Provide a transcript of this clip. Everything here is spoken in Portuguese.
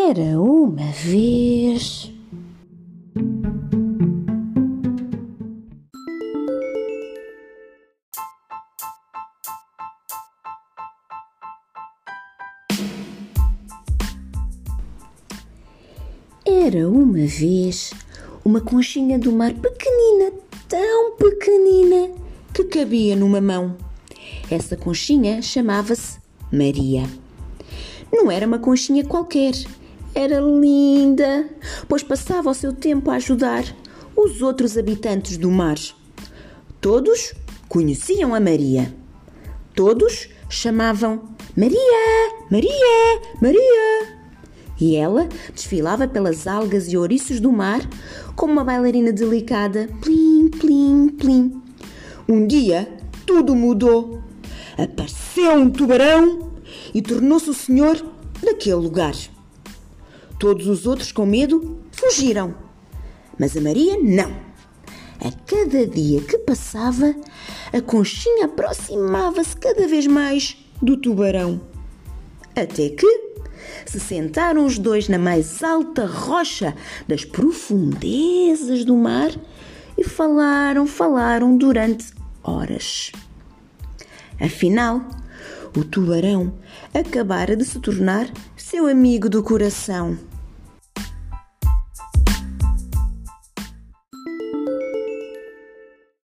Era uma vez. Era uma vez uma conchinha do mar pequenina, tão pequenina, que cabia numa mão. Essa conchinha chamava-se Maria. Não era uma conchinha qualquer, era linda, pois passava o seu tempo a ajudar os outros habitantes do mar. Todos conheciam a Maria. Todos chamavam Maria, Maria, Maria. E ela desfilava pelas algas e ouriços do mar como uma bailarina delicada, plim, plim, plim. Um dia, tudo mudou. Apareceu um tubarão e tornou-se o senhor daquele lugar. Todos os outros, com medo, fugiram. Mas a Maria não. A cada dia que passava, a conchinha aproximava-se cada vez mais do tubarão. Até que se sentaram os dois na mais alta rocha das profundezas do mar e falaram durante horas. Afinal, o tubarão acabara de se tornar seu amigo do coração.